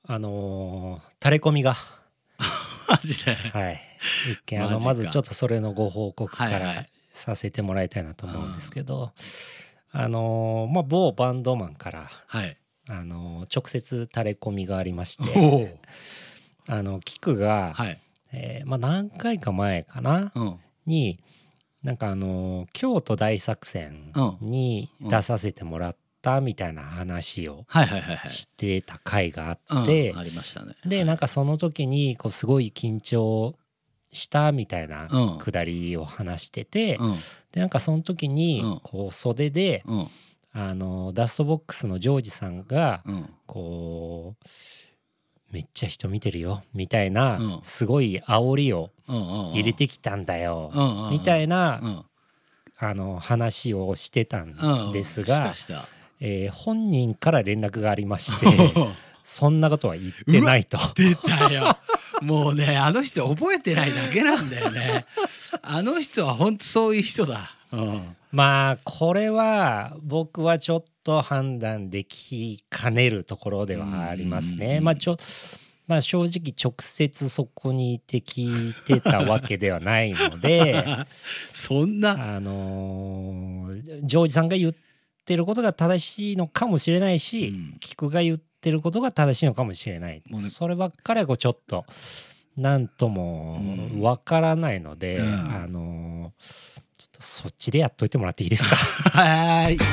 タレコミがマジで。 はい一見マジかまずちょっとそれのご報告からはいはいさせてもらいたいなと思うんですけど、某バンドマンからはい。 直接タレコミがありましおてお。 キクが、 はい。 何回か前かなうん。 になんか京都大作戦に出させてもらったみたいな話をはいはいはいはい。 してた回があうん、 って、 ありましたね。 でなんかその時にこうすごい緊張したみたいなうんくだりを話してて、 うんでなんかその時にうんこう袖でうんダストボックスのジョージさんがうんこうめっちゃ人見てるよみたいうんなすごい煽りをうん入れてきたんだようんみたいうんな話をしてたんですが、 した本人から連絡がありましてそんなことは言ってないと。 出たよ。もうね、あの人覚えてないだけなんだよね。あの人は本当そういう人だ。 まあこれは僕はちょっと判断できかねるところではありますね。まあ正直直接そこにいて聞いてたわけではないのでそんなジョージさんが言ってることが正しいのかもしれないし、キクが言ってることが正しいのかもしれない、 もうねそればっかりはこうちょっと何ともわからないので、ちょっとそっちでやっといてもらっていいですか。 はーい。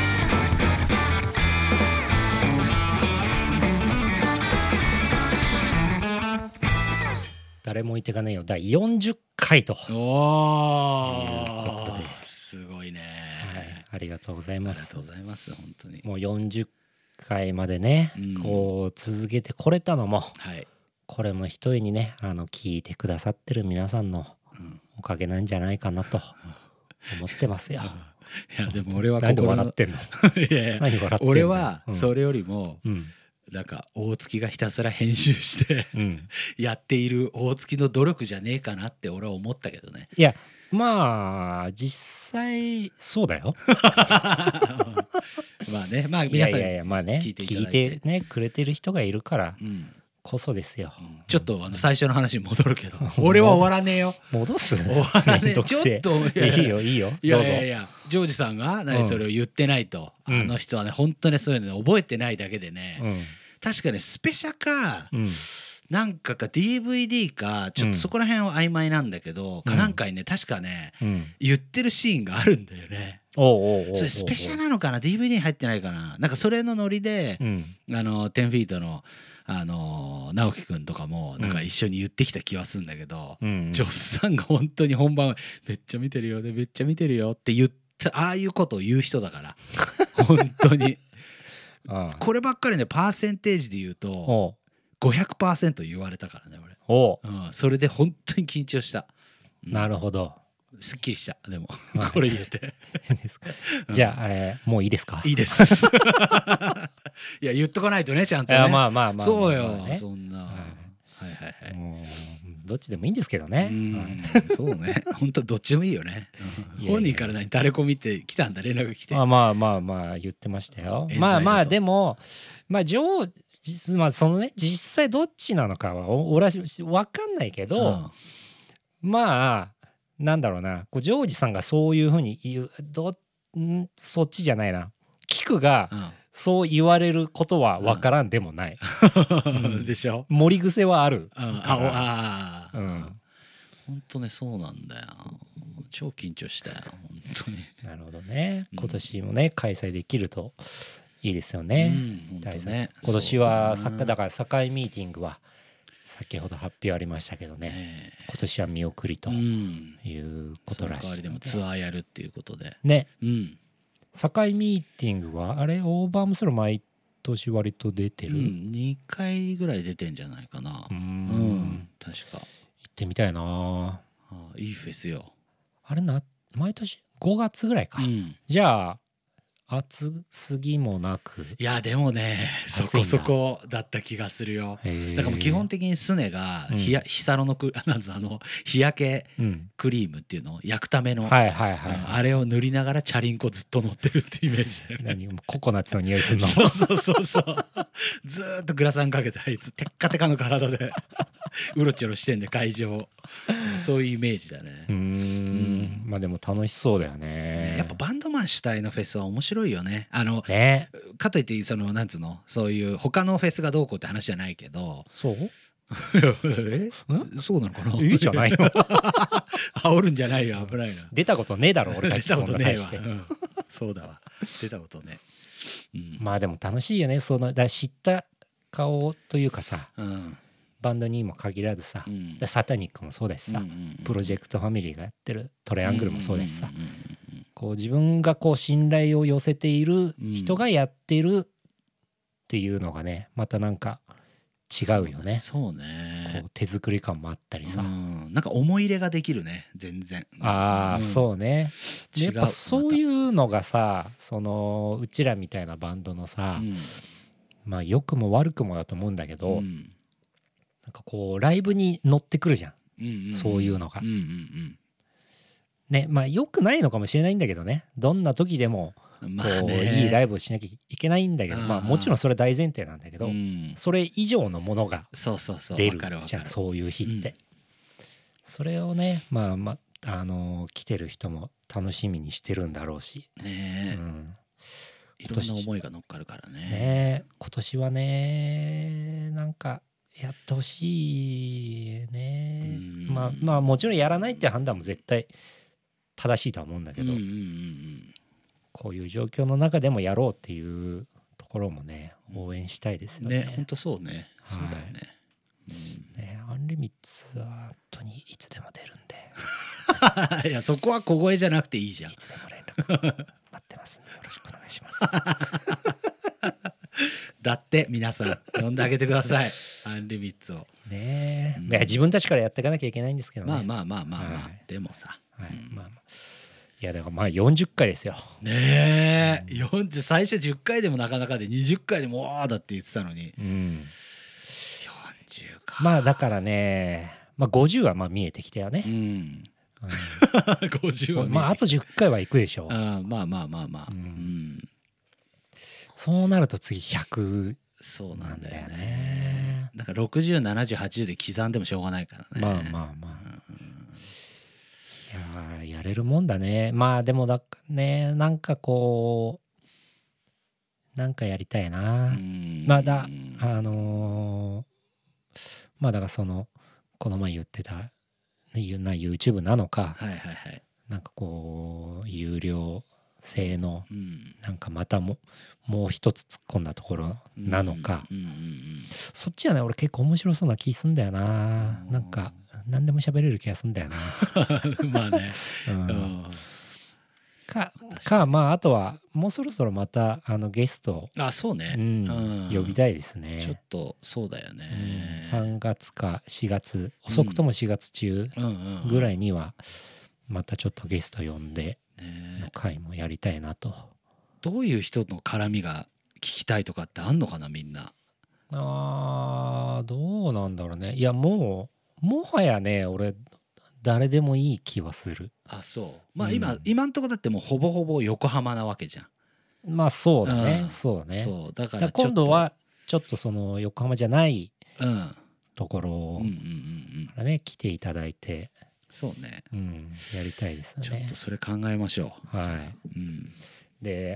誰もいてかねえよ第40回と、 おいうおことですごいね、 ありがとうございありがます。 とうございます本当に。 もう40回までね、こう続けてこれたのも、 はいこれも一重にね聞いてくださってる皆さんのおかげなんじゃないかなと思ってますよ。 いやでも俺はなんで笑ってんのいやいや何笑ってんの俺はそれよりも、 うんなんか大月がひたすら編集してうんやっている大月の努力じゃねえかなって俺は思ったけどね。 いやまあ実際そうだよ。 まあね、まあい皆さんやいやいやまあね聞いていただ聞いいててねくれてる人がいるからうんこそですよ。 ちょっと最初の話に戻るけど俺は終わらねえよ。 戻す終わらねえ。 めんどくせえちょっといやいやいいよいいよいやどうぞ。 いやいやジョージさんが何それを言ってないと、 うんあの人はね本当にそういうの覚えてないだけでね、 うん確かねスペシャか、 うんなんか DVD かちょっとそこら辺は曖昧なんだけど、かなんかにね確かねうん言ってるシーンがあるんだよね。 おうおうおうおうそれスペシャなのかな DVD に入ってないかな。なんかそれのノリで、 うん 10フィートの直樹くんとかもなんか一緒に言ってきた気はするんだけど、 うんジョスさんが本当に本番めっちゃ見てるよねめっちゃ見てるよって言ったああいうことを言う人だから本当にああこればっかりねパーセンテージで言うとおう 500% 言われたからねおう俺、それで本当に緊張した、 なるほど。 すっきりしたでも、 はいこれ言えていいですかじゃあ、もういいですか。 いいですいや言っとかないとねちゃんとね。 いやまあまあまあそうよ、 まあねそんな、 はいはいはいはいもうどっちでもいいんですけどね。 そうね本当どっちでもいいよね。 いやいや本人からタレコミって来たんだ連絡来て。 まあまあまあまあ言ってましたよ。 冤罪だとまあまあでもまあまあそのね実際どっちなのかは俺は分かんないけど、まあなんだろうなこうジョージさんがそういうふうに言うそっちじゃないなキクがそう言われることは分からんでもない、 でしょ。 盛り癖はある、 本当ねそうなんだよ。超緊張したよ本当に。 なるほどね。今年もね開催できるといいですよね。 本当ね。 今年はだから堺ミーティングは先ほど発表ありましたけどね、今年は見送りということらしい。 その代わりでもツアーやるっていうことでね。堺ミーティングはあれオーバームスロー毎年割と出てる、 2回ぐらい出てんじゃないかな。確か行ってみたいな。 いいフェスよ。 あれ毎年5月ぐらいか、じゃあ暑すぎもなく。 いやでもねそこそこだった気がするよ。だからもう基本的にスネが日サロのなんつ日焼けクリームっていうのを焼くための、あれを塗りながらチャリンコずっと乗ってるってイメージだよね。 何ココナッツの匂いするの？ そうそうそうそうずーっとグラサンかけてあいつテッカテカの体でうろちょろしてんで会場そういうイメージだね。 まあでも楽しそうだよね。 やっぱバンドマン主体のフェスは面白いよね。 ね、 かといってなんつうのそういう他のフェスがどうこうって話じゃないけど。 そうそうなのかな。 いいじゃないの。 煽るんじゃないよ、危ないな。 出たことねえだろ俺たち。 出たことねえわ。そうだわ、出たことね。 まあでも楽しいよね。だ知った顔というかさ、バンドにも限らずさ、サタニックもそうだしさ、プロジェクトファミリーがやってるトライアングルもそうだしさ、こう自分がこう信頼を寄せている人がやってるっていうのがね、またなんか違うよね。 そうね。 こう手作り感もあったりさ、 なんか思い入れができるね、全然。 そうね。でやっぱそういうのがさ、うちらみたいなバンドのさ、まあ良くも悪くもだと思うんだけど、なんかこうライブに乗ってくるじゃん、そういうのが。ね、まあ良くないのかもしれないんだけどね。どんな時でもこういいライブをしなきゃいけないんだけど、まあもちろんそれは大前提なんだけど、それ以上のものが出るじゃん、そういう日って。それをね、まあ来てる人も楽しみにしてるんだろうしね。 いろんな思いが乗っかるからね。今年はね、なんかやってほしいね。まあもちろんやらないって判断も絶対正しいとは思うんだけど、こういう状況の中でもやろうっていうところもね、応援したいですよね。 本当そうね。そうだよね。 アンリミッツは本当にいつでも出るんで。いやそこは小声じゃなくていいじゃん。 いつでも連絡待ってますんでよろしくお願いします。 だって皆さん呼んであげてください。アンリミッツを。 ねえ、自分たちからやっていかなきゃいけないんですけどね。 まあでもさ。 いやだからまあ40回ですよ。 ねえ、最初10回でもなかなかで20回でもわーだって言ってたのに、40か。 まあだからね、まあ50はまあ見えてきたよね。 50はまああと10回は行くでしょう。 まあそうなると次100 そうなんだよね。だから60、70、80で刻んでもしょうがないからね。 まあいややれるもんだね。まあでもね、なんかこうなんかやりたいな。まあまあだからこの前言ってたYouTube なのか、なんかこう有料制のなんかまたもう一つ突っ込んだところなのか、そっちはね俺結構面白そうな気すんだよな。なんか何でも喋れる気がすんだよな。 まあね。 まああとはもうそろそろまたゲストそうね、 呼びたいですね。 ちょっとそうだよね。 3月か4月、遅くとも4月中ぐらいにはまたちょっとゲスト呼んでの回もやりたいなと。 どういう人の絡みが聞きたいとかってあんのかな、みんな。 どうなんだろうね。いやもはやね俺誰でもいい気はする。 そうまあ今んとこだってもうほぼほぼ横浜なわけじゃん。 まあそうだね、そうね。 そうだから今度はちょっと横浜じゃないところからね来ていただいて、 そうね、 やりたいですよね。 ちょっとそれ考えましょう。 で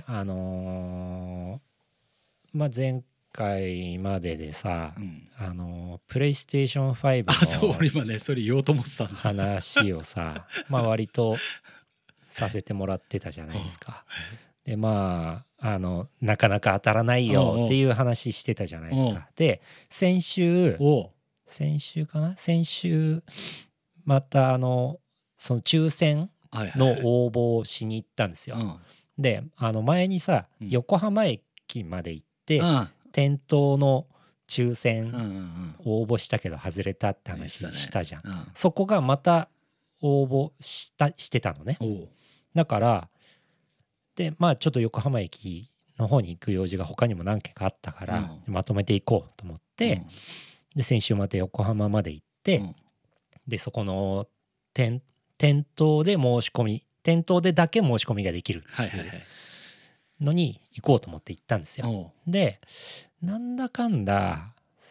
まあ前回まででさ、プレイステーション5 の俺今ねそれ言おうと思ってた話をさまあ割とさせてもらってたじゃないですか。でまあなかなか当たらないよっていう話してたじゃないですか。で先週かな、先週またその抽選の応募をしに行ったんですよ。で前にさ横浜駅まで行って店頭の抽選応募したけど外れたって話したじゃん。そこがまた応募してたのね。だからでまあちょっと横浜駅の方に行く用事が他にも何件かあったから、まとめていこうと思って、で先週まで横浜まで行って、でそこの店頭で店頭でだけ申し込みができるっていうのに行こうと思って行ったんですよ。でなんだかんだ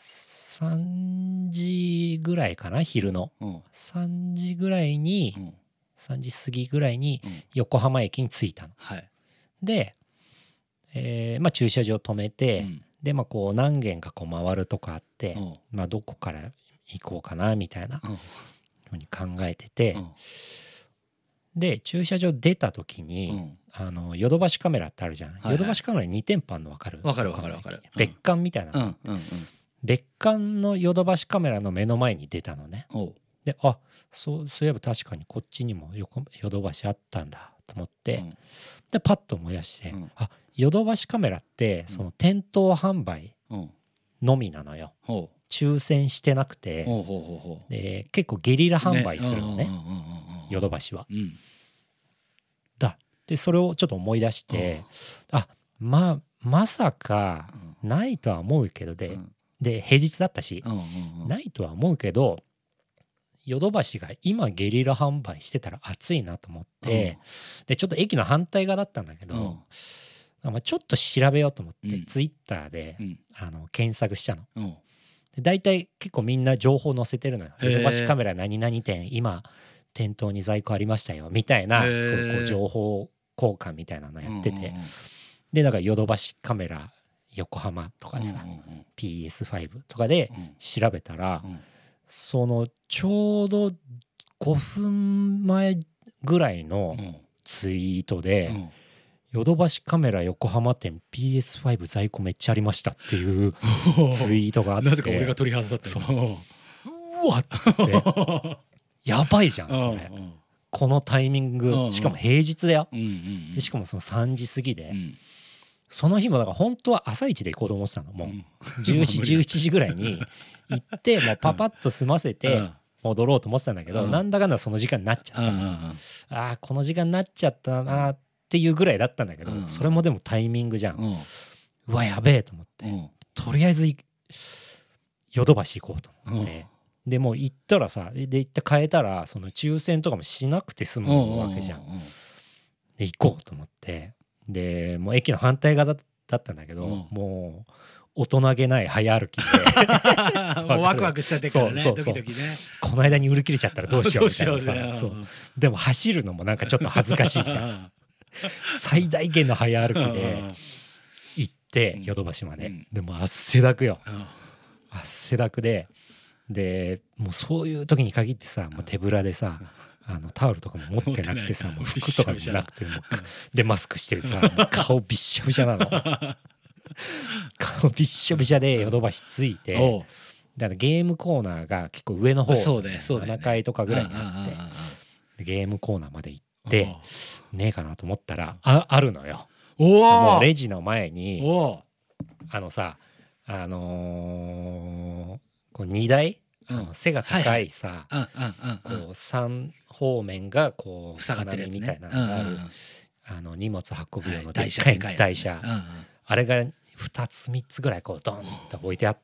3時ぐらいかな、昼の3時ぐらいに、3時過ぎぐらいに横浜駅に着いたの。で、まあ駐車場止めて、でまあこう何軒かこう回るとこあって、まあどこから行こうかなみたいなふうに考えてて、で駐車場出た時にヨドバシカメラってあるじゃん。ヨドバシカメラ2店舗あるの分かる？ 分かる。 別館みたいな、別館のヨドバシカメラの目の前に出たのね。でそういえば確かにこっちにもヨドバシあったんだと思って、でパッと思い出して、ヨドバシカメラってその店頭販売のみなのよ。抽選してなくて、で結構ゲリラ販売するのね、ヨドバシは。でそれをちょっと思い出して、まさかないとは思うけど、で平日だったし、ないとは思うけどヨドバシが今ゲリラ販売してたら熱いなと思って、でちょっと駅の反対側だったんだけど、ちょっと調べようと思ってツイッターで検索したの。で大体結構みんな情報載せてるのよ。ヨドバシカメラ何々店今店頭に在庫ありましたよみたいな、そういうこう情報交換みたいなのやってて、でだからヨドバシカメラ横浜とかでさ、PS5 とかで調べたら、そのちょうど5分前ぐらいのツイートで、ヨドバシカメラ横浜店 PS5 在庫めっちゃありましたっていうツイートがあって、 なぜか俺が取り外さったよ。 うわってやばいじゃんそれ。このタイミング、しかも平日だよ。でしかもその3時過ぎで、その日もだから本当は朝一で行こうと思ってたの。もう10時11時ぐらいに行ってもうパパッと済ませて戻ろうと思ってたんだけど、なんだかんだその時間になっちゃった。この時間になっちゃったなっていうぐらいだったんだけど、それもでもタイミングじゃん。うわやべえと思って、とりあえずヨドバシ行こうと思って、でもう行ったらさ、で行って変えたらその抽選とかもしなくて済むわけじゃん。で行こうと思って、でもう駅の反対側だったんだけど、もう大人げない早歩きでもうワクワクしちゃってからね、ドキドキね。 この間に売り切れちゃったらどうしようみたいなさ。でも走るのもなんかちょっと恥ずかしいじゃん。最大限の早歩きで行ってヨドバシまで、でも汗だくよ。汗だくでもうそういう時に限ってさ、もう手ぶらでさ、タオルとかも持ってなくてさ、もう服とかもなくて、でマスクしてるさ、顔びっしゃびしゃなの。顔びっしゃびしゃでヨドバシ着いて、だからゲームコーナーが結構上の方、7階とかぐらいにあって、ゲームコーナーまで行ってねえかなと思ったらあるのよ。もうレジの前にさ、こう荷台、背が高いさ、こう3方面がこう塞がってるやつね、 みたいなのがある、荷物運ぶ用のでっかい台車、あれが2つ3つぐらいこうドンと置いてあって、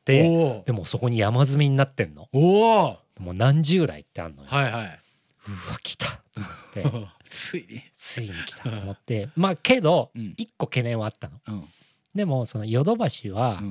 でもそこに山積みになってんの。もう何十台ってあんのよ。うわ来たと思ってついに来たと思ってまあけど1個懸念はあったの。でもそのヨドバシは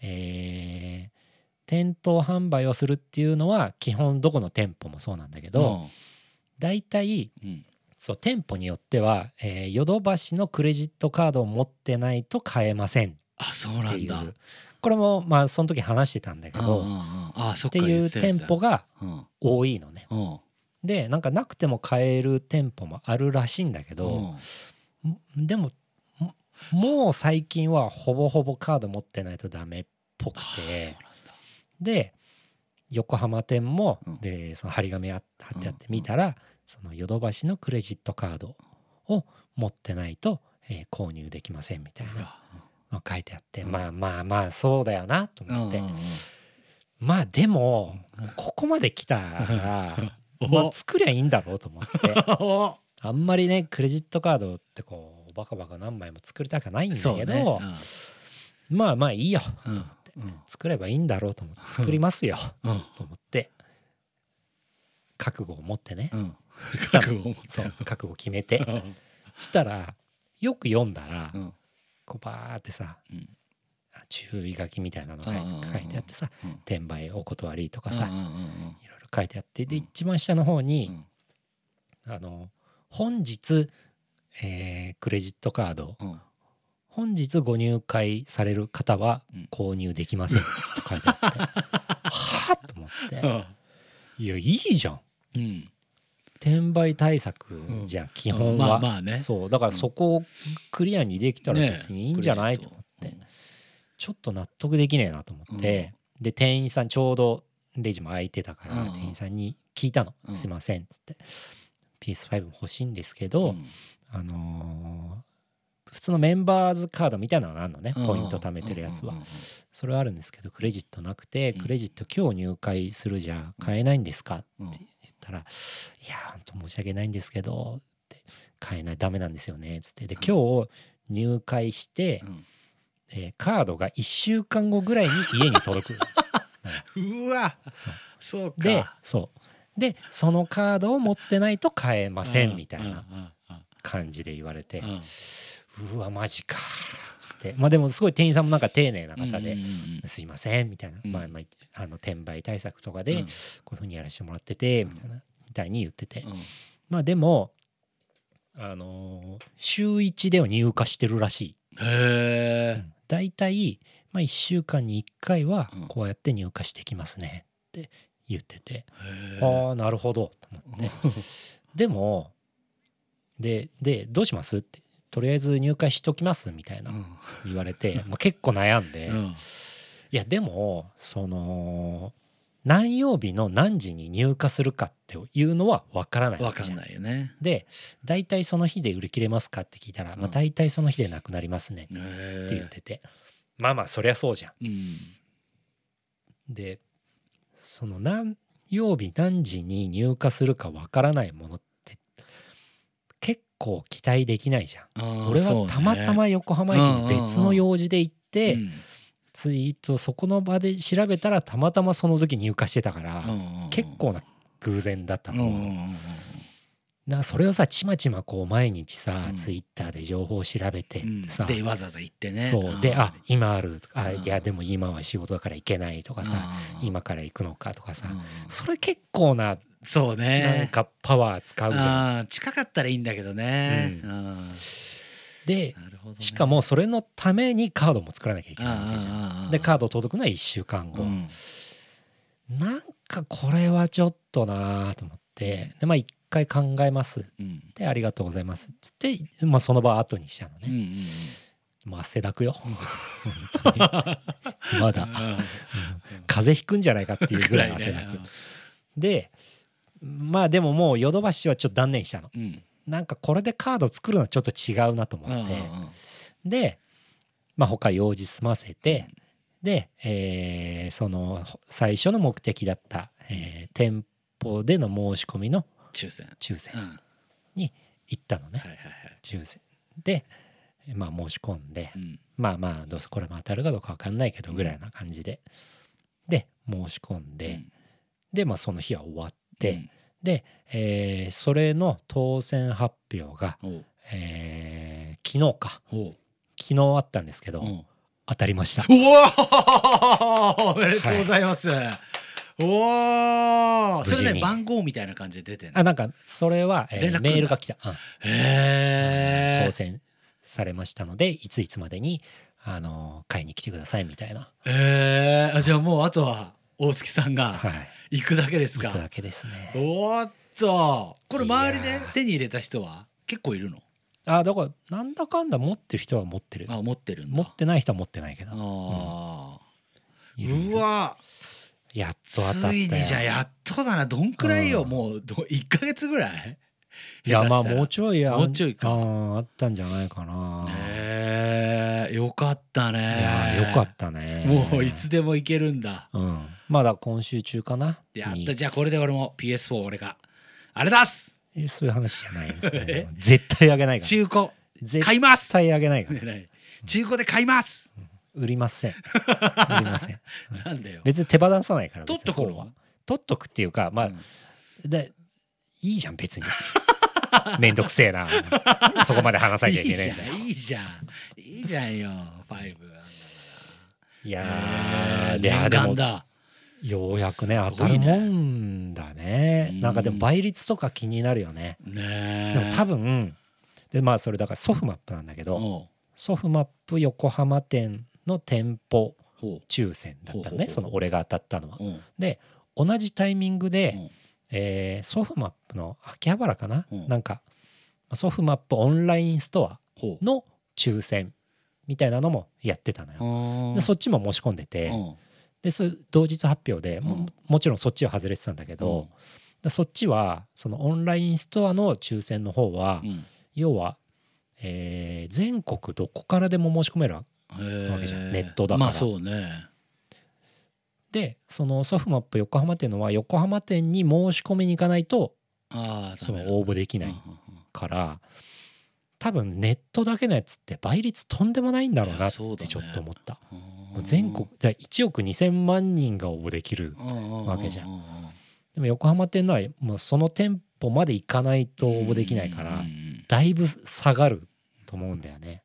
店頭販売をするっていうのは基本どこの店舗もそうなんだけど、だいたいそう店舗によってはヨドバシのクレジットカードを持ってないと買えませんっていう、これもまあその時話してたんだけどっていう店舗が多いのね。でなんかなくても買える店舗もあるらしいんだけど、でももう最近はほぼほぼカード持ってないとダメっぽくて、で横浜店もでその張り紙貼ってあって見たら、そのヨドバシのクレジットカードを持ってないと購入できませんみたいなの書いてあって、まあそうだよなと思って、まあでもここまで来たらまあ作りゃいいんだろうと思ってあんまりねクレジットカードってこバカバカ何枚も作りたくないんだけど、まあまあいいよと思って、作ればいいんだろうと思って作りますよと思って覚悟を持ってね、覚悟決めてしたらよく読んだらこうバーってさ注意書きみたいなのが書いてあってさ、転売お断りとかさいろいろ書いてあって、で一番下の方に本日クレジットカード本日ご入会される方は購入できませんと書いてあってはぁと思っていやいいじゃん、転売対策じゃん基本は、そうだからそこをクリアにできたら別にいいんじゃないと思ってちょっと納得できねえなと思って、で店員さんちょうどレジも空いてたから店員さんに聞いたの、すいませんっつって PS5 も欲しいんですけど、普通のメンバーズカードみたいなのがあるのね、ポイント貯めてるやつは。それはあるんですけどクレジットなくて、クレジット今日入会するじゃ買えないんですかって言ったら、いや本当申し訳ないんですけどって買えないダメなんですよねっつって、で今日入会して、カードが1週間後ぐらいに家に届くうわそうかでそのカードを持ってないと買えませんみたいな感じで言われて、うわマジかつって、まあでもすごい店員さんもなんか丁寧な方で、すいませんみたいな、転売対策とかでこういう風にやらせてもらっててみたいに言ってて、まあでも週1では入荷してるらしい。だいたい1週間に1回はこうやって入荷してきますねって言ってて、ああなるほどと思ってでもでどうしますってとりあえず入会しときますみたいな言われて、結構悩んで、いやでもその何曜日の何時に入荷するかっていうのは分からないわけじゃん。 分かんないよね。 で大体その日で売り切れますかって聞いたら、大体その日でなくなりますねって言ってて、まあそりゃそうじゃん。でその何曜日何時に入荷するか分からないものって結構期待できないじゃん。俺はたまたま横浜駅に別の用事で行って、ツイートそこの場で調べたらたまたまその時入荷してたから、結構な偶然だったの。それをさちまちまこう毎日さ、ツイッターで情報を調べてさ、 でわざわざ行ってね、 そうで今あるとか、いやでも今は仕事だから行けないとかさ、今から行くのかとかさ、それ結構なそうねなんかパワー使うじゃん。 近かったらいいんだけどね。 でしかもそれのためにカードも作らなきゃいけないわけじゃん。でカード届くのは1週間後、なんかこれはちょっとなと思って、で1回考えますでありがとうございますっつって、その場後にしたのね。汗だくよ本当にまだ風邪ひくんじゃないかっていうぐらい汗だくで、でももうヨドバシはちょっと断念したの。なんかこれでカード作るのはちょっと違うなと思って、で他用事済ませて、でその最初の目的だった店舗での申し込みの抽選に行ったのね。抽選で申し込んで、どうせこれも当たるかどうか分かんないけどぐらいな感じで申し込んで、でその日は終わって、でそれの当選発表が昨日あったんですけど、当たりました。 おめでとうございます。おお、それね番号みたいな感じで出てるの？ なんかそれはメールが来た。当選されましたのでいついつまでに買いに来てくださいみたいな。 じゃあもうあとは大月さんが行くだけですか？ 行くだけですね。 おっと、これ周りで手に入れた人は結構いるの？ だからなんだかんだ持ってる人は持ってる。 持ってるんだ。 持ってない人は持ってないけど。 うわ、 やっと当たったよ。 ついにじゃあやっとだな。どんくらいよ、もう1ヶ月ぐらい？ いやもうちょいもうちょいか。 あったんじゃないかな。 よかったね。 いやよかったね。 もういつでも行けるんだ。 まだ今週中かな。 やった。じゃあこれで俺も PS4 俺があれ出す。 そういう話じゃないですね。絶対あげないから。 中古買います絶対あげないから中古で買います、 売りません売りませんなんだよ別に手放さないから取っとくのは取っとくっていうかまあ、でいいじゃん別にめんどくせえなそこまで話さなきゃいけないんだよいいじゃんよ5 いやでもようやくね当たるもんだね。なんかでも倍率とか気になるよね。でも多分でまあそれだからソフマップなんだけどソフマップ横浜店の店舗抽選だったねその俺が当たったのは。で同じタイミングでソフマップの秋葉原かななんかソフマップオンラインストアの抽選みたいなのもやってたのよ。でそっちも申し込んでてでそれ同日発表で もちろんそっちは外れてたんだけどそっちはそのオンラインストアの抽選の方は要は全国どこからでも申し込めるわけじゃんネットだから。 まあそうね。 でそのソフマップ横浜店のは横浜店に申し込みに行かないとその応募できないから多分ネットだけのやつって倍率とんでもないんだろうなってちょっと思った。全国じゃ1億2000万人が応募できるわけじゃん。でも横浜店のはもうその店舗まで行かないと応募できないからだいぶ下がると思うんだよね。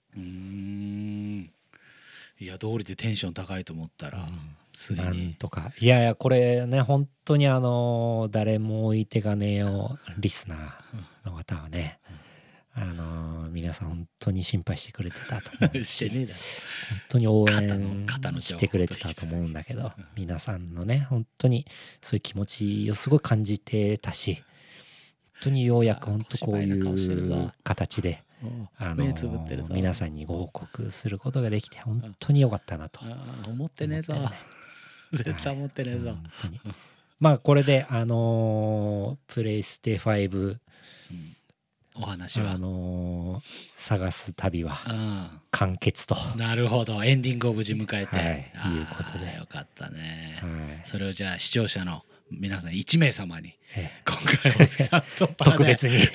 いや道理でテンション高いと思ったら、 なんとかいやこれね本当に誰も置いてかねえよリスナーの方はね皆さん本当に心配してくれてたと思うし本当に応援してくれてたと思うんだけど皆さんのね本当にそういう気持ちをすごい感じてたし本当にようやく本当こういう形で皆さんにご報告することができて本当に良かったなと思ってねえぞ絶対思ってねえぞ本当にまあこれでプレイステ5 お話は探す旅は完結となるほどエンディングを無事迎えて、 いうことでよかったね、それをじゃあ視聴者の皆さん1名様に今回大月さんと特別に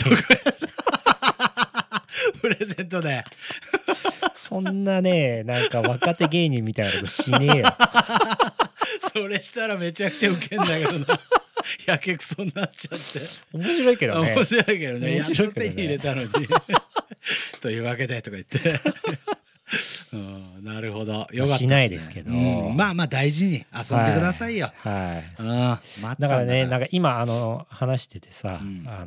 プレゼントでそんなねなんか若手芸人みたいなことしねえよそれしたらめちゃくちゃウケんだけどなやけくそになっちゃって面白いけどね面白いけどねやっと手に入れたのにというわけでとか言ってなるほどよかったですねしないですけど、 まあまあ大事に遊んでくださいよだからねなんか今話しててさ、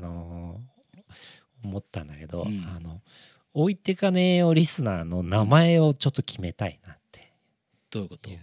思ったんだけど、置いてかねえよリスナーの名前をちょっと決めたいなってどういうこと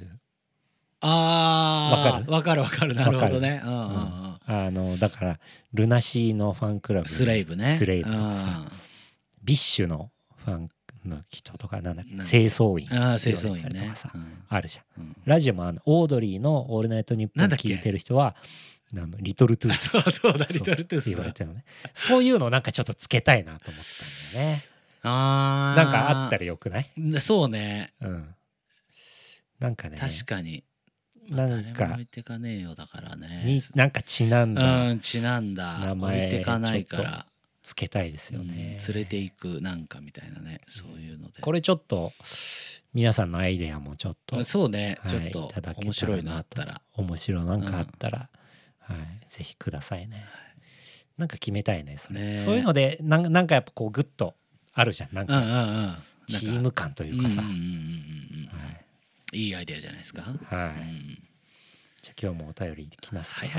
わかるなるほどねだからルナシーのファンクラブスレイブねスレイブとかさビッシュのファンの人とかなんだっけ清掃員清掃員ねあるじゃんラジオもオードリーのオールナイトニッポン聞いてる人はリトルトゥースそうだリトルトゥース言われてるのねそういうのなんかちょっとつけたいなと思ったんだよねなんかあったらよくないそうねなんかね確かになんか置いてかねえよだからねになんかちなんだ名前置いてかないからつけたいですよね、 連れていくなんかみたいなねそういうのでこれちょっと皆さんのアイデアもちょっとそうねちょっと面白いのあったら面白いなんかあったらぜひくださいねなんか決めたいねそれそういうのでなんかやっぱこうグッとあるじゃんなんかチーム感というかさいいアイデアじゃないですか。 じゃあ今日もお便りきますか。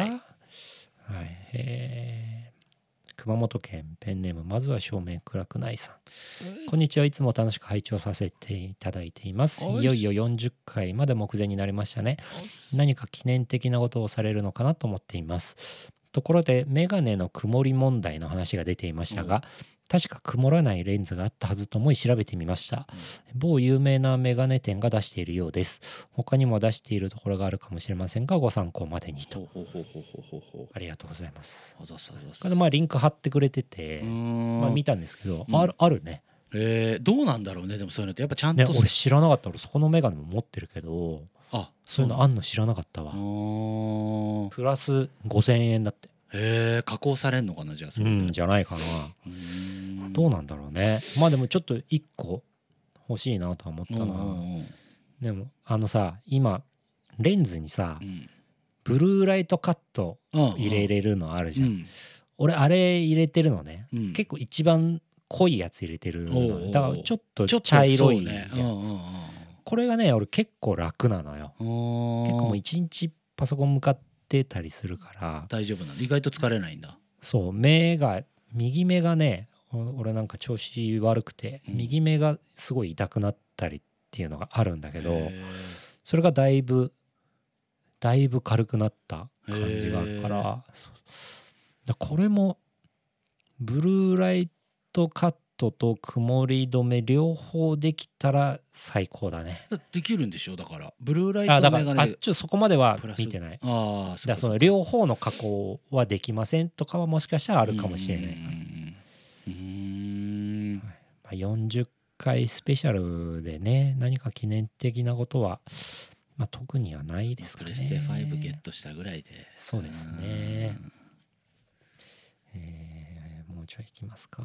熊本県ペンネームまずは正面暗くないさん、こんにちは。いつも楽しく拝聴させていただいています。いよいよ40回まで目前になりましたね。何か記念的なことをされるのかなと思っています。ところでメガネの曇り問題の話が出ていましたが、確か曇らないレンズがあったはずと思い調べてみました。某有名なメガネ店が出しているようです。他にも出しているところがあるかもしれませんがご参考までにと。ありがとうございます。これリンク貼ってくれてて見たんですけど、あるね。 どうなんだろうね。でもそういうのってやっぱちゃんと、 俺知らなかった。俺そこのメガネも持ってるけどそういうのあんの知らなかったわ。プラス5000円だって。 加工されんのかなじゃあそれじゃないかな。 どうなんだろうね。まあでもちょっと1個欲しいなとは思ったな。でもさ今レンズにさ、ブルーライトカット入れれるのあるじゃん。俺あれ入れてるのね。結構一番濃いやつ入れてるの。だからちょっと茶色いじゃん。これがね俺結構楽なのよ。結構もう一日パソコン向かってたりするから大丈夫なんだ。意外と疲れないんだ。 そう右目がね俺なんか調子悪くて、右目がすごい痛くなったりっていうのがあるんだけど、それがだいぶ軽くなった感じがあるから、これもブルーライトカットと曇り止め両方できたら最高だね。 できるんでしょ。だからブルーライトメガネそこまでは見てない。だその両方の加工はできませんとかはもしかしたらあるかもしれない。40回スペシャルでね何か記念的なことは、特にはないですかね。 プレステ5ゲットしたぐらいで。 そうですね。もうちょいいきますか。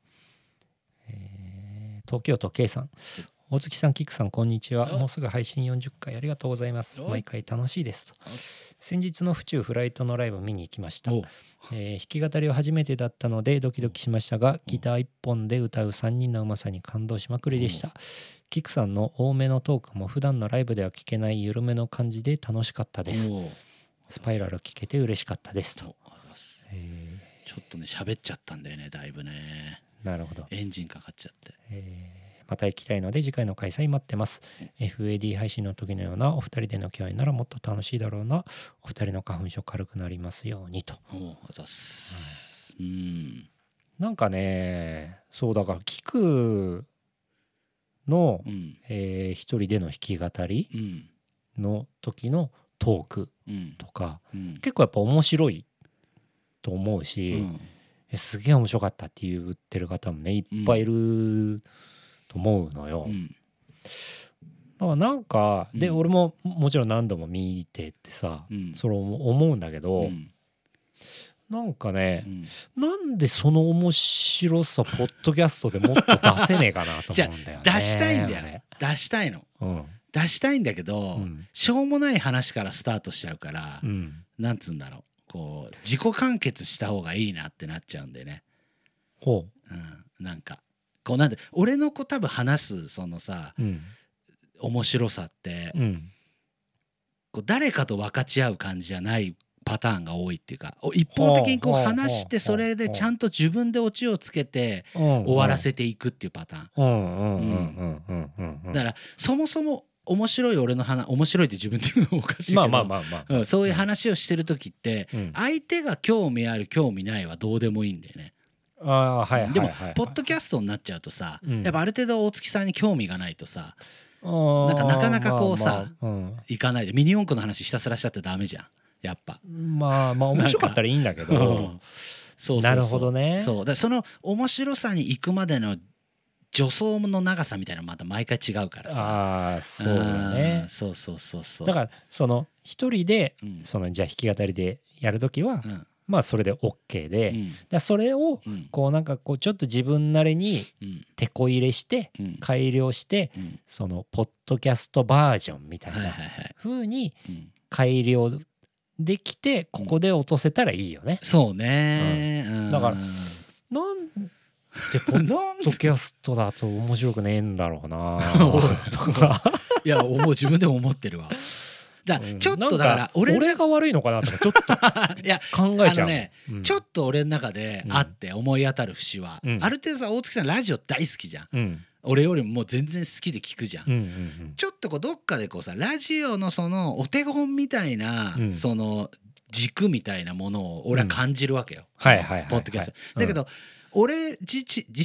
東京都 K さん、大月さん、キックさん、こんにちは。もうすぐ配信40回ありがとうございます。毎回楽しいですと。先日の府中フライトのライブ見に行きました。弾き語りは初めてだったのでドキドキしましたが、ギター1本で歌う3人のうまさに感動しまくりでした。キックさんの多めのトークも普段のライブでは聞けない緩めの感じで楽しかったです。スパイラル聞けて嬉しかったですと。 ちょっとね喋っちゃったんだよね、だいぶね。 なるほど。 エンジンかかっちゃって。 また行きたいので次回の開催待ってます。FAD 配信の時のようなお二人での共演ならもっと楽しいだろうな。お二人の花粉症軽くなりますようにと。なんかね、そうだからキクの、一人での弾き語りの時のトークとか、結構やっぱ面白いと思うし、すげえ面白かったって言ってる方もねいっぱいいると思うのよ。だからなんかで、俺ももちろん何度も見てってさ、それ思うんだけど、なんかね、なんでその面白さポッドキャストでもっと出せねえかなと思うんだよね。 出したいんだよね。出したいの。出したいんだけど、しょうもない話からスタートしちゃうから、なんつうんだろう。こう自己完結した方がいいなってなっちゃうんでね。なんかこうなんで俺の多分話すそのさ、面白さって、こう誰かと分かち合う感じじゃないパターンが多いっていうか、一方的にこう話してそれでちゃんと自分でオチをつけて終わらせていくっていうパターン。だからそもそも面白い俺の話、面白いって自分で言うのもおかしいけど、そういう話をしてる時って相手が興味ある興味ないはどうでもいいんだよね。でもポッドキャストになっちゃうとさ、やっぱある程度大月さんに興味がないとさ、なかなかこうさいかないで、ミニ四駆の話ひたすらしちゃってダメじゃんやっぱ。 面白かったらいいんだけどなるほどね。 そうだ、その面白さに行くまでの助走の長さみたいなのまた毎回違うからさ。 そうだね。 そうだからその一人でそのじゃあ弾き語りでやるときはまあそれで OK で、それをこうなんかこうちょっと自分なりに手こ入れして改良してそのポッドキャストバージョンみたいな風に改良できてここで落とせたらいいよね。 そうね。 だからなんでポッドキャストだと面白くねえんだろうなとかいや自分でも思ってるわ。ちょっとだから俺が悪いのかなとかちょっと考えちゃうね。 ちょっと俺の中であって思い当たる節は、ある程度さ大月さんラジオ大好きじゃん。俺よりももう全然好きで聞くじゃん。ちょっとこうどっかでこうさラジオのそのお手本みたいなその軸みたいなものを俺は感じるわけよ。ポッドキャストだけど俺自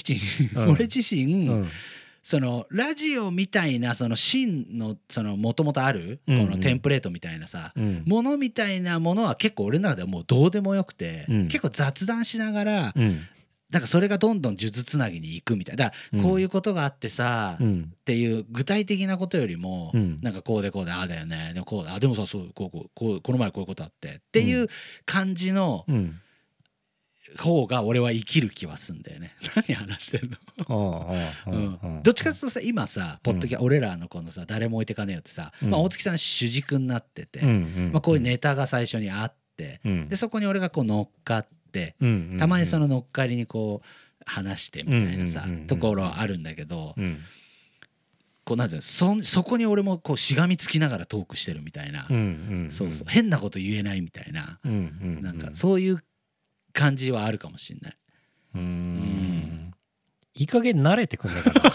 身そのラジオみたいなその真のそのもともとあるこのテンプレートみたいなさものみたいなものは結構俺の中ではもうどうでもよくて、結構雑談しながらなんかそれがどんどん数珠つなぎに行くみたいな。だからこういうことがあってさっていう具体的なことよりもなんかこうでああだよね、でもこうだ、でもさそうこの前こういうことあってっていう感じの方が俺は生きる気はすんだよね。何話してんの？どっちかというとさ、今さポッドキャ、俺らのこのさ誰も置いてかねえよってさ、大月さん主軸になってて、こういうネタが最初にあって、でそこに俺がこう乗っかって、たまにその乗っかりにこう話してみたいなさところはあるんだけど、こうなんていうの、そこに俺もこうしがみつきながらトークしてるみたいな、そうそう、変なこと言えないみたいな、なんかそういう感じはあるかもしんない。 いい加減慣れてくんねえか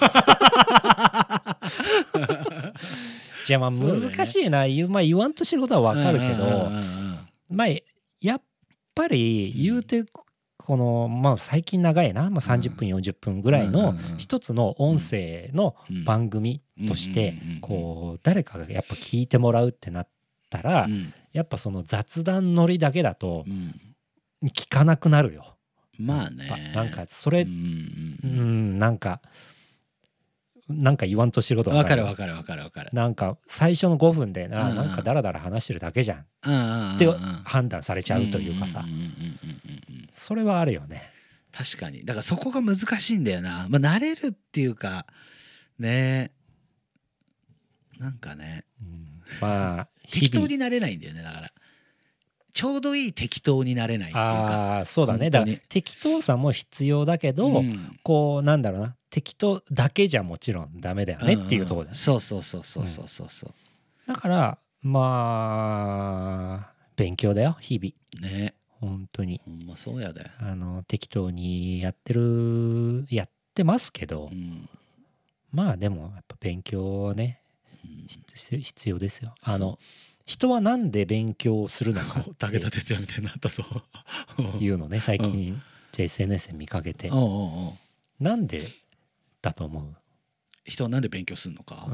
な。じゃあまあ難しいな、まあ、言わんとしてることは分かるけど、まあやっぱり言うてこのまあ最近長いな、まあ、30分40分ぐらいの一つの音声の番組としてこう誰かがやっぱ聞いてもらうってなったら、やっぱその雑談ノリだけだと聞かなくなるよ。 まあね、 なんかそれなんか言わんとしてることわかる。 なんか最初の5分でなんかダラダラ話してるだけじゃんって判断されちゃうというかさ、それはあるよね。 確かに。だからそこが難しいんだよな。まあ慣れるっていうかね、なんかね、 まあ適当になれないんだよね。だからちょうどいい適当になれないっていうか。 そうだね。だから適当さも必要だけど、こうなんだろうな、適当だけじゃもちろんダメだよねっていうところだよね。 そうだからまあ勉強だよ日々 ね。 本当に。 ほんまそうやで。 適当にやってますけど、まあでもやっぱ勉強はね、必要ですよ。人はなんで勉強するのか武田鉄矢みたいになったそういうのね、最近 SNS で見かけて、なんでだと思う？ 人はなんで勉強するのか。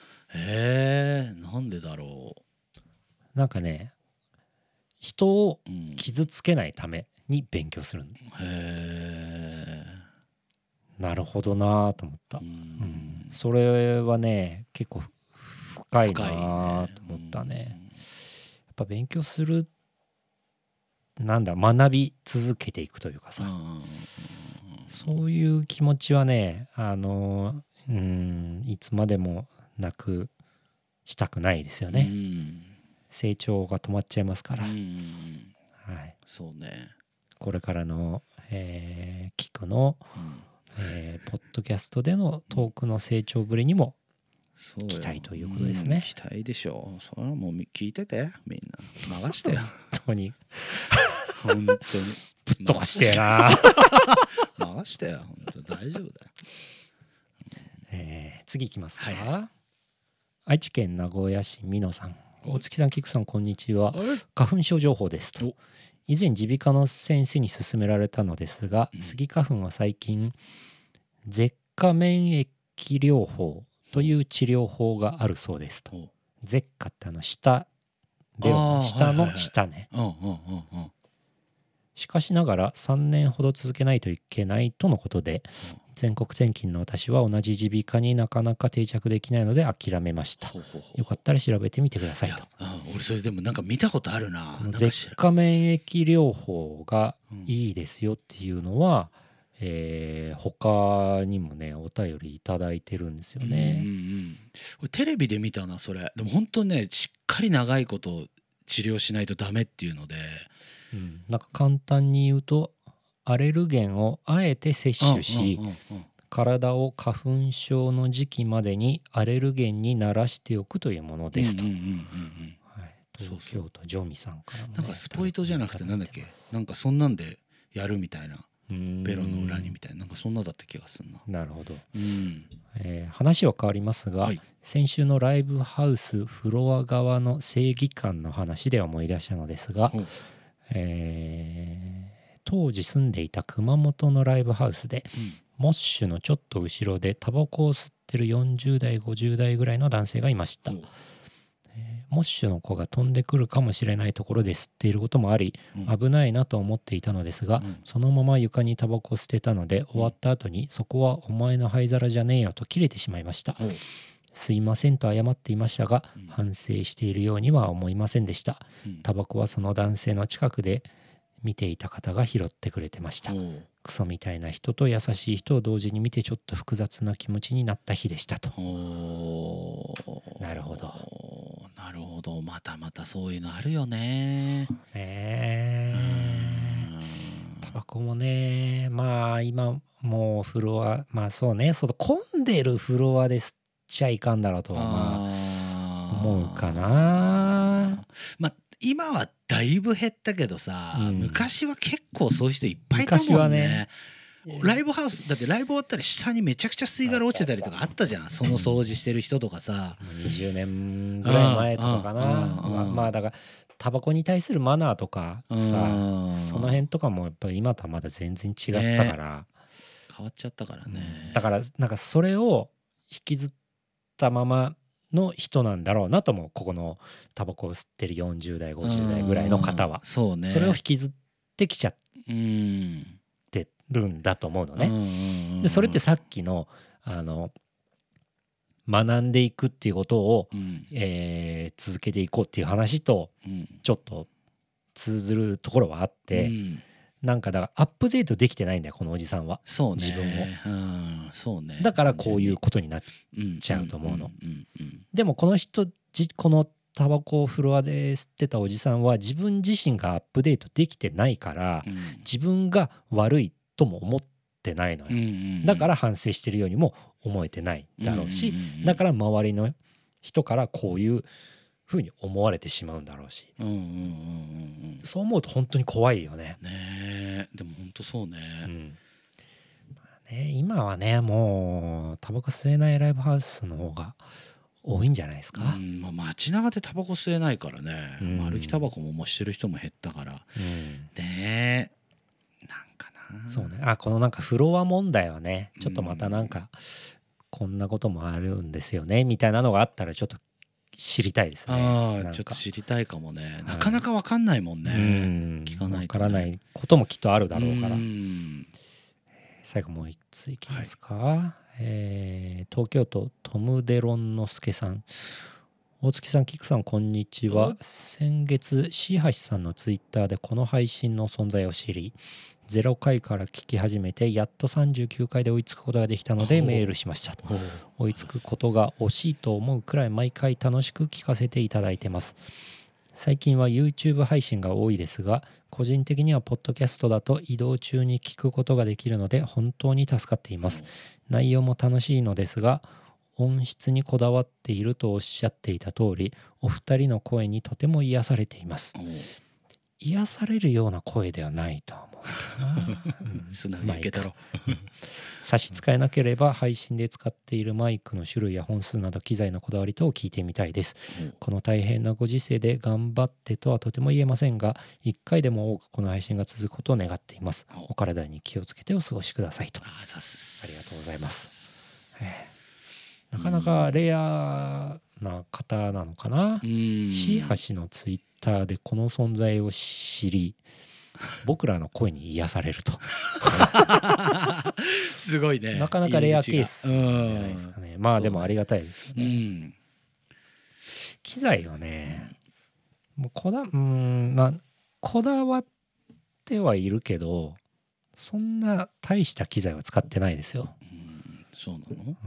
なんでだろう。 なんかね、人を傷つけないために勉強するの。なるほどなと思った。それはね結構深いなと思ったね。やっぱ勉強する、なんだ、学び続けていくというかさ、そういう気持ちはねいつまでもなくしたくないですよね。成長が止まっちゃいますから。はい。 そうね。 これからの、キクの、ポッドキャストでのトークの成長ぶりにも期待ということですね。 期待でしょう。それはもう聞いてて、みんな流してよ。 本当に本当にぶっ飛ばしてな。 流してよ。本当大丈夫だよ。 次いきますか。愛知県名古屋市美濃さん、大月さん、菊さん、こんにちは。花粉症情報ですと。以前耳鼻科の先生に勧められたのですが、スギ花粉は最近舌下免疫療法という治療法があるそうですと。舌下って下の下ね。しかしながら3年ほど続けないといけないとのことで、全国転勤の私は同じ耳鼻科になかなか定着できないので諦めました。よかったら調べてみてくださいと。 俺それでもなんか見たことあるな。 舌下免疫療法がいいですよっていうのは、他にもねお便りいただいてるんですよね。 テレビで見たなそれ。でも本当ね、しっかり長いこと治療しないとダメっていうので、 なんか簡単に言うと、アレルゲンをあえて摂取し、体を花粉症の時期までにアレルゲンに慣らしておくというものですと。東京都ジョミさんからも、ね、 なんかスポイトじゃなくてなんだっけ、なんかそんなんでやるみたいな、ベロの裏にみたいな、なんかそんなだった気がするな。 なるほど。話は変わりますが、先週のライブハウスフロア側の正義感の話で思い出したのですが、当時住んでいた熊本のライブハウスで、モッシュのちょっと後ろでタバコを吸ってる40代50代ぐらいの男性がいました。モッシュの子が飛んでくるかもしれないところで吸っていることもあり、危ないなと思っていたのですが、そのまま床にタバコを捨てたので、終わった後にそこはお前の灰皿じゃねえよと切れてしまいました。すいませんと謝っていましたが、反省しているようには思いませんでした。タバコはその男性の近くで、 見ていた方が拾ってくれてました。クソみたいな人と優しい人を同時に見てちょっと複雑な気持ちになった日でしたと。なるほどなるほど。またまたそういうのあるよね。 そうね。タバコもね、まあ今もうフロア、まあそうね、その混んでるフロアで吸っちゃいかんだろうとはまあ思うかな。 まあ今はだいぶ減ったけどさ、昔は結構そういう人いっぱいいたもんね。昔はね、ライブハウスだってライブ終わったら下にめちゃくちゃ吸い殻落ちてたりとかあったじゃん。その掃除してる人とかさ、 20年ぐらい前とかかな。まあだからタバコに対するマナーとかさ、その辺とかもやっぱり今とはまだ全然違ったから、 変わっちゃったからね。 だからなんかそれを引きずったままの人なんだろうなと思う。ここのタバコを吸ってる40代50代ぐらいの方は、 そうね、 それを引きずってきちゃってるんだと思うのね。でそれってさっきの学んでいくっていうことを、続けていこうっていう話とちょっと通ずるところはあって、なんかだからアップデートできてないんだよこのおじさんは。 そうね、 自分を、そうね、 だからこういうことになっちゃうと思うの。でもこの人このタバコをフロアで吸ってたおじさんは自分自身がアップデートできてないから、自分が悪いとも思ってないのよ。だから反省してるようにも思えてないだろうし、だから周りの人からこういうふうに思われてしまうんだろうし、そう思うと本当に怖いよね。 ねえ、でも本当そうね。 まあね、今はねもうタバコ吸えないライブハウスの方が多いんじゃないですか。 まあ、街中でタバコ吸えないからね、歩きタバコもしてる人も減ったから、ねえ、なんかな。 そうね。このなんかフロア問題はね、ちょっとまたなんかこんなこともあるんですよねみたいなのがあったらちょっと知りたいですね。 ちょっと知りたいかもね。なかなか分かんないもんね。聞かないとね。 分からないこともきっとあるだろうから。最後もう一ついきますか。東京都トムデロンのすけさん。大月さん、キクさん、こんにちは。先月、シーハシさんのツイッターでこの配信の存在を知り、0回から聞き始めてやっと39回で追いつくことができたのでメールしましたと。追いつくことが惜しいと思うくらい毎回楽しく聞かせていただいてます。最近は YouTube 配信が多いですが、個人的にはポッドキャストだと移動中に聞くことができるので本当に助かっています。内容も楽しいのですが、音質にこだわっているとおっしゃっていた通り、お二人の声にとても癒されています。癒されるような声ではないと思うけどな。 素直に受けたろ。 差し支えなければ配信で使っているマイクの種類や本数など機材のこだわり等を聞いてみたいです。この大変なご時世で頑張ってとはとても言えませんが、1回でも多くこの配信が続くことを願っています。お体に気をつけてお過ごしくださいと。ありがとうございます。なかなかレアな方なのかな。シーハシのツイッターでこの存在を知り、僕らの声に癒されるとすごいね。 なかなかレアケースじゃないですかね。まあでもありがたいですよね。機材はね、もうこだわってはいるけど、そんな大した機材は使ってないですよ。 そうなの？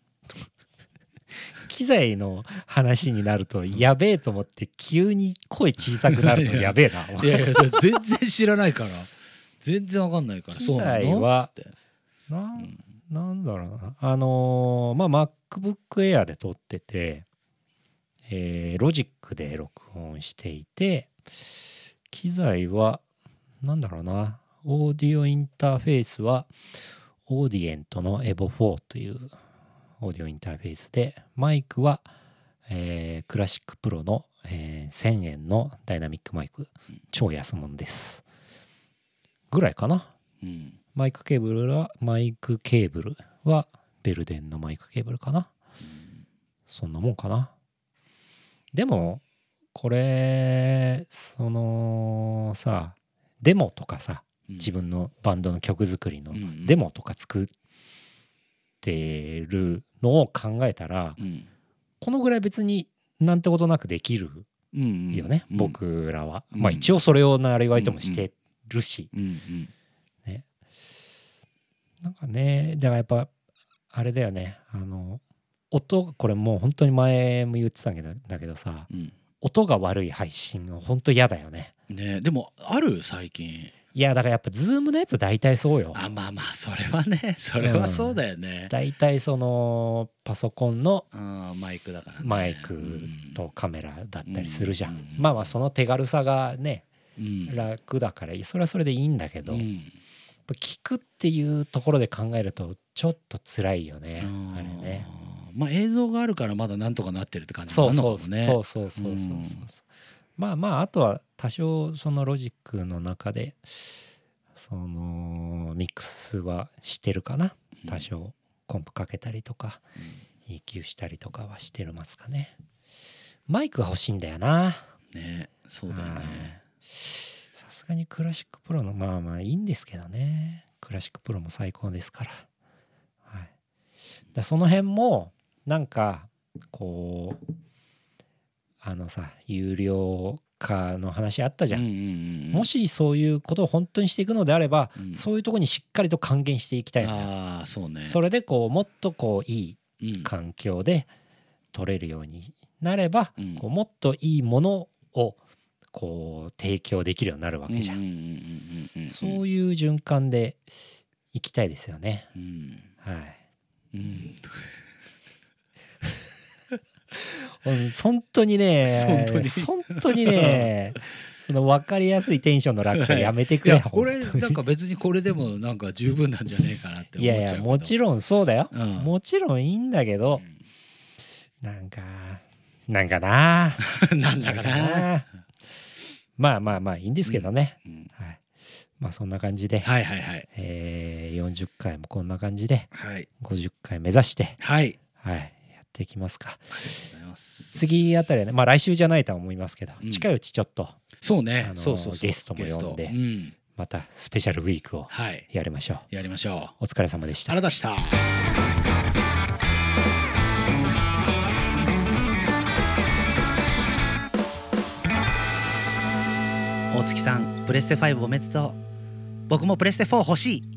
機材の話になるとやべえと思って急に声小さくなるのやべえな。 いや全然知らないから全然わかんないから。 機材はなんだろうな、MacBook Air で撮ってて、ロジックで録音していて、機材はなんだろうな、オーディオインターフェースはオーディエントの EVO4 というオーディオインターフェースで、マイクは、クラシックプロの、1000円のダイナミックマイク、超安物ですぐらいかな。マイクケーブルはベルデンのマイクケーブルかな。そんなもんかな。でもこれそのさ、デモとかさ、自分のバンドの曲作りのデモとか作ってるのを考えたら、このぐらい別になんてことなくできるよね、僕らは。まあ一応それをなりわいともしてるし、 うんうんね、なんかね、だからやっぱあれだよね、音、これもう本当に前も言ってたんだけどさ、うん、音が悪い配信は本当嫌だよね。 ね、でもある最近。 いやだからやっぱズームのやつ大体そうよ。 まあそれはね、それはそうだよね。 大体そのパソコンのマイクだからね。 マイクとカメラだったりするじゃん。まあその手軽さがね、楽だからそれはそれでいいんだけど、聞くっていうところで考えるとちょっと辛いよね、あれね。 まあ映像があるからまだなんとかなってるって感じもあるのかもね。 そう。まああとは多少そのロジックの中でそのミックスはしてるかな、多少コンプかけたりとか、EQ したりとかはしてますかね。マイクが欲しいんだよな。 ね、そうだよね。 さすがにクラシックプロのまあいいんですけどね、クラシックプロも最高ですから、はい、だその辺もなんかこう有料化の話あったじゃん、もしそういうことを本当にしていくのであれば、そういうところにしっかりと還元していきたいんだよ。 そうね。 それでこうもっとこういい環境で撮れるようになれば、こうもっといいものをこう提供できるようになるわけじゃん。そういう循環でいきたいですよね。はい。本当にね、その分かりやすいテンションの落差やめてくれ。 俺なんか別にこれでもなんか十分なんじゃねえかなって思っちゃうけど。 いやもちろんそうだよ、もちろんいいんだけど、なんかななんだかなまあいいんですけどね、はい、まあそんな感じで、40回もこんな感じで、50回目指して、やっていきますか。次あたりはね、まあ来週じゃないとは思いますけど、近いうちちょっとそうね、 ゲストも呼んで、またスペシャルウィークをやりましょう。お疲れ様でした。 ありがとうございました。大月さん、プレステ5おめでとう。僕もプレステ4欲しい。